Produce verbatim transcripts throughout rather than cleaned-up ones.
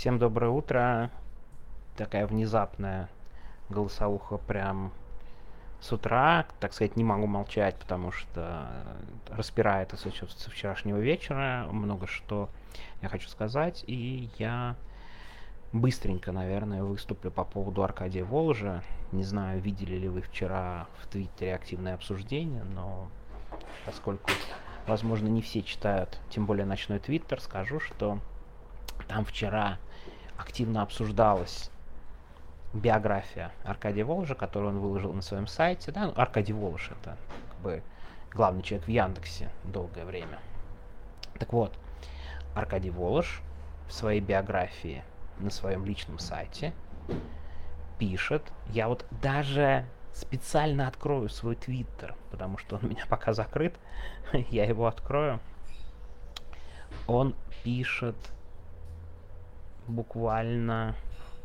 Всем доброе утро. Такая внезапная голосовуха прям с утра. Так сказать, не могу молчать, потому что распирает это со со вчерашнего вечера. Много что я хочу сказать. И я быстренько, наверное, выступлю по поводу Аркадия Воложа. Не знаю, видели ли вы вчера в Твиттере активное обсуждение, но поскольку, возможно, не все читают, тем более ночной Твиттер, скажу, что там вчера активно обсуждалась биография Аркадия Воложа, которую он выложил на своем сайте. Да? Ну, Аркадий Волож — это как бы главный человек в Яндексе долгое время. Так вот, Аркадий Волож в своей биографии на своем личном сайте пишет, я вот даже специально открою свой твиттер, потому что он у меня пока закрыт, я его открою. Он пишет буквально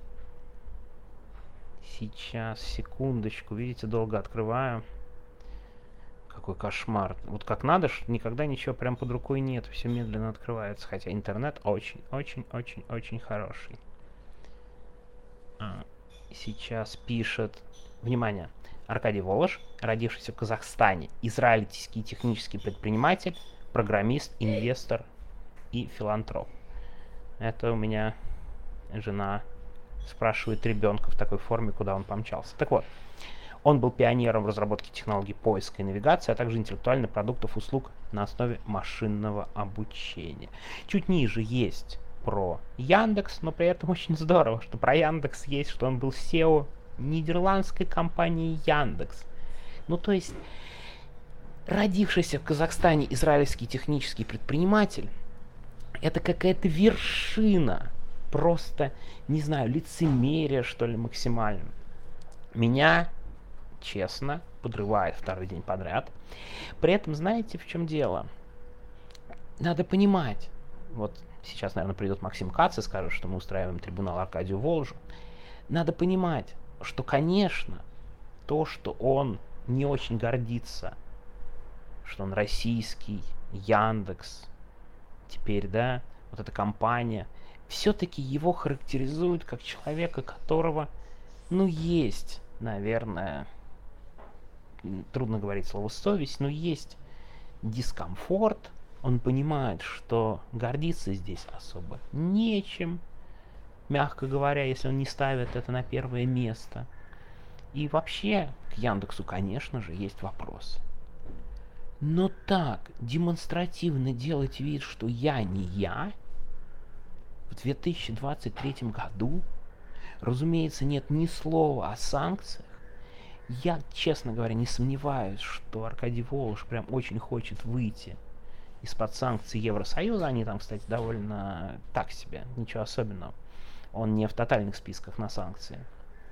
сейчас, секундочку, видите, долго открываю. Какой кошмар. Вот как надо, никогда ничего прям под рукой нет, все медленно открывается, хотя интернет очень-очень-очень-очень хороший. А, сейчас пишет, внимание, Аркадий Волож, родившийся в Казахстане, израильский технический предприниматель, программист, инвестор и филантроп. Это у меня жена спрашивает ребенка в такой форме, куда он помчался. Так вот, он был пионером в разработке технологий поиска и навигации, а также интеллектуальных продуктов услуг на основе машинного обучения. Чуть ниже есть про Яндекс, но при этом очень здорово, что про Яндекс есть, что он был сео нидерландской компании Яндекс. Ну, то есть, родившийся в Казахстане израильский технический предприниматель, это какая-то вершина, просто, не знаю, лицемерие, что ли, максимально. Меня, честно, подрывает второй день подряд. При этом, знаете, в чем дело? Надо понимать, вот сейчас, наверное, придет Максим Кац и скажет, что мы устраиваем трибунал Аркадию Воложу. Надо понимать, что, конечно, то, что он не очень гордится, что он российский, Яндекс, теперь, да, вот эта компания, все-таки его характеризует как человека, которого, ну, есть, наверное, трудно говорить слово совесть, но есть дискомфорт. Он понимает, что гордиться здесь особо нечем, мягко говоря, если он не ставит это на первое место. И вообще к Яндексу, конечно же, есть вопросы. Но так демонстративно делать вид, что я не я, в две тысячи двадцать третьем году, разумеется, нет ни слова о санкциях. Я, честно говоря, не сомневаюсь, что Аркадий Волож прям очень хочет выйти из-под санкций Евросоюза. Они там, кстати, довольно так себе, ничего особенного. Он не в тотальных списках на санкции.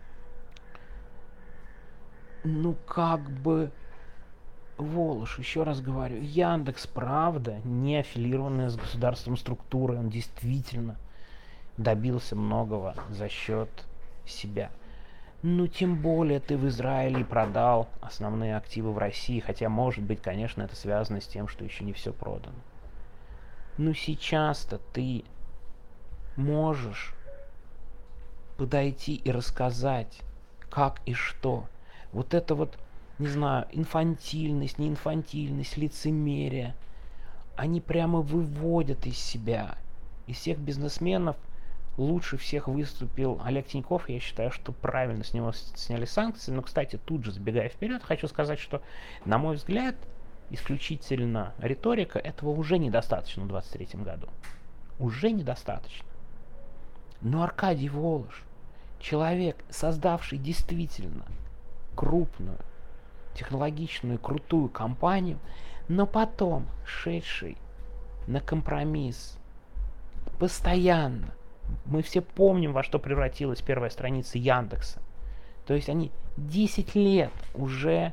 Ну, как бы... Волож, еще раз говорю, Яндекс, правда, не аффилированная с государством структура, он действительно добился многого за счет себя. Ну, тем более ты в Израиле продал основные активы в России, хотя, может быть, конечно, это связано с тем, что еще не все продано. Ну, сейчас-то ты можешь подойти и рассказать, как и что. Вот это вот, не знаю, инфантильность, не инфантильность, лицемерие, они прямо выводят из себя. Из всех бизнесменов лучше всех выступил Олег Тиньков. Я считаю, что правильно с него сняли санкции. Но, кстати, тут же, забегая вперед, хочу сказать, что, на мой взгляд, исключительно риторика этого уже недостаточно в двадцать третьем году. Уже недостаточно. Но Аркадий Волож, человек, создавший действительно крупную, технологичную, крутую компанию, но потом шедший на компромисс постоянно. Мы все помним, во что превратилась первая страница Яндекса. То есть они десять лет уже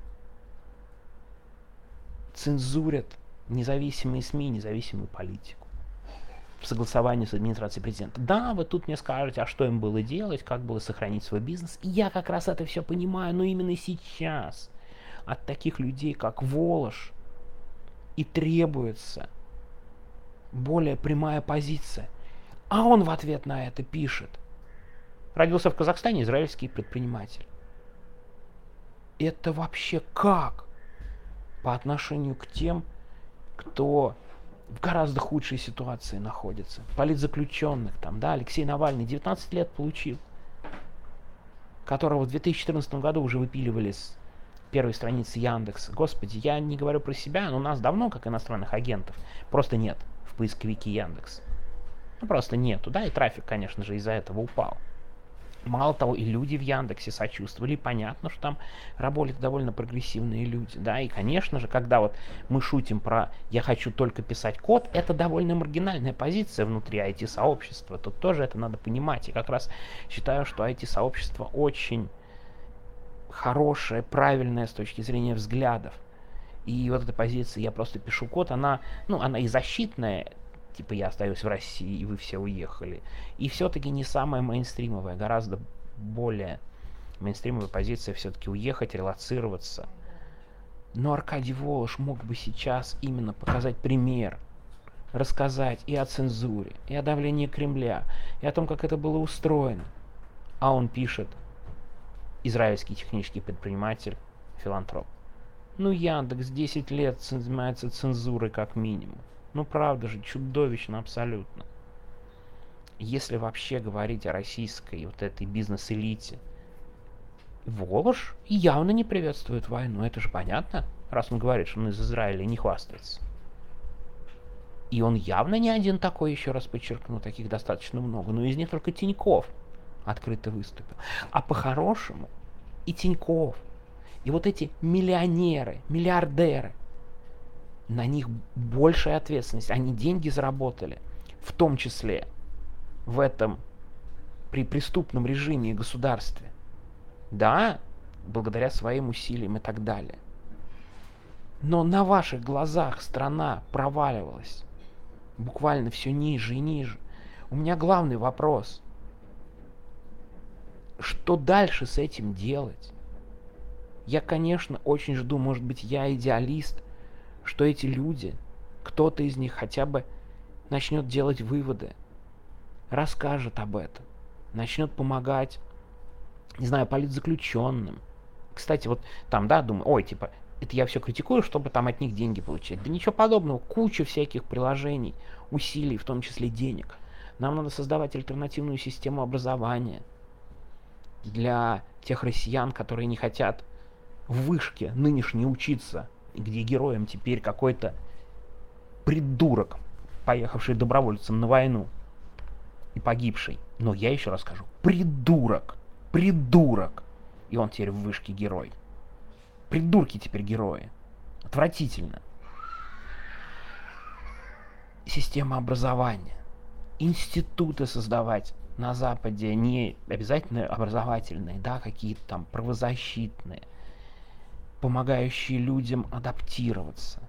цензурят независимые СМИ, независимую политику в согласовании с администрацией президента. Да, вы тут мне скажете, а что им было делать, как было сохранить свой бизнес. И я как раз это все понимаю, но именно сейчас от таких людей, как Волож, и требуется более прямая позиция. А он в ответ на это пишет: родился в Казахстане израильский предприниматель. Это вообще как? По отношению к тем, кто в гораздо худшей ситуации находится. Политзаключенных там, да, Алексей Навальный девятнадцать лет получил, которого в две тысячи четырнадцатом году уже выпиливали с первой страницы Яндекса. Господи, я не говорю про себя, но у нас давно, как иностранных агентов, просто нет в поисковике Яндекс. Ну, просто нету, да, и трафик, конечно же, из-за этого упал. Мало того, и люди в Яндексе сочувствовали, понятно, что там работают довольно прогрессивные люди, да, и, конечно же, когда вот мы шутим про «я хочу только писать код», это довольно маргинальная позиция внутри ай ти-сообщества, тут тоже это надо понимать, и как раз считаю, что ай ти-сообщество очень хорошее, правильное с точки зрения взглядов, и вот эта позиция «я просто пишу код», она, ну, она и защитная, типа я остаюсь в России, и вы все уехали. И все-таки не самая мейнстримовая, гораздо более мейнстримовая позиция все-таки уехать, релоцироваться. Но Аркадий Волош мог бы сейчас именно показать пример, рассказать и о цензуре, и о давлении Кремля, и о том, как это было устроено. А он пишет: израильский технический предприниматель, филантроп. Ну, Яндекс десять лет занимается цензурой как минимум. Ну, правда же, чудовищно абсолютно. Если вообще говорить о российской вот этой бизнес-элите, Волош явно не приветствует войну, это же понятно, раз он говорит, что он из Израиля не хвастается. И он явно не один такой, еще раз подчеркну, таких достаточно много, но из них только Тиньков открыто выступил. А по-хорошему и Тиньков, и вот эти миллионеры, миллиардеры, на них большая ответственность. Они деньги заработали, в том числе в этом при преступном режиме и государстве. Да, благодаря своим усилиям и так далее. Но на ваших глазах страна проваливалась буквально все ниже и ниже. У меня главный вопрос: что дальше с этим делать? Я, конечно, очень жду, может быть, я идеалист, что эти люди, кто-то из них хотя бы начнет делать выводы, расскажет об этом, начнет помогать, не знаю, политзаключенным. Кстати, вот там, да, думаю, ой, типа, это я все критикую, чтобы там от них деньги получать. Да ничего подобного, куча всяких приложений, усилий, в том числе денег. Нам надо создавать альтернативную систему образования для тех россиян, которые не хотят в вышке нынешней учиться, где героем теперь какой-то придурок, поехавший добровольцем на войну и погибший. Но я еще раз скажу, придурок, придурок. И он теперь в вышке герой. Придурки теперь герои. Отвратительно. Система образования. Институты создавать на Западе, не обязательно образовательные, да, какие-то там правозащитные, помогающие людям адаптироваться.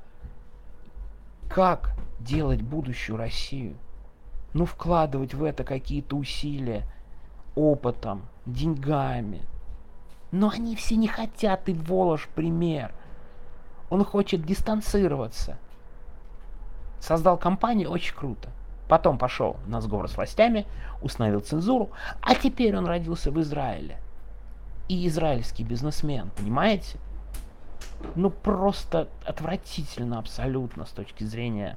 Как делать будущую Россию? Ну, вкладывать в это какие-то усилия опытом, деньгами. Но они все не хотят, и Волош пример. Он хочет дистанцироваться. Создал компанию, очень круто. Потом пошел на сговор с властями, установил цензуру, а теперь он родился в Израиле. И израильский бизнесмен, понимаете? Ну просто отвратительно абсолютно с точки зрения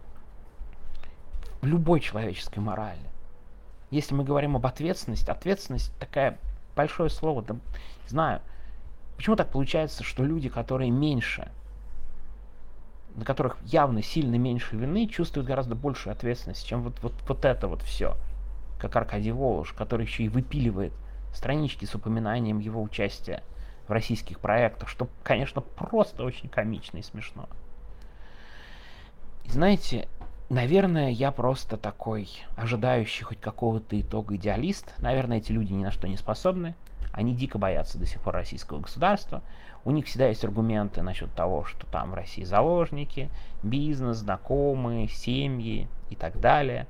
любой человеческой морали. Если мы говорим об ответственности, ответственность такая большое слово, да, не знаю. Почему так получается, что люди, которые меньше, на которых явно сильно меньше вины, чувствуют гораздо большую ответственность, чем вот, вот, вот это вот все, как Аркадий Волош, который еще и выпиливает странички с упоминанием его участия в российских проектах, что, конечно, просто очень комично и смешно. И знаете, наверное, я просто такой ожидающий хоть какого-то итога идеалист. Наверное, эти люди ни на что не способны. Они дико боятся до сих пор российского государства. У них всегда есть аргументы насчет того, что там в России заложники, бизнес, знакомые, семьи и так далее.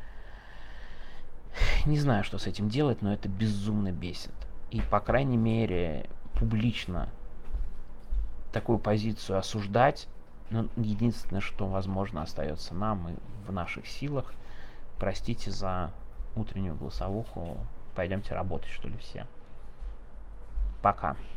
Не знаю, что с этим делать, но это безумно бесит. И, по крайней мере, публично такую позицию осуждать, но единственное, что, возможно, остается нам и в наших силах, простите за утреннюю голосовуху. Пойдемте работать, что ли, все. Пока.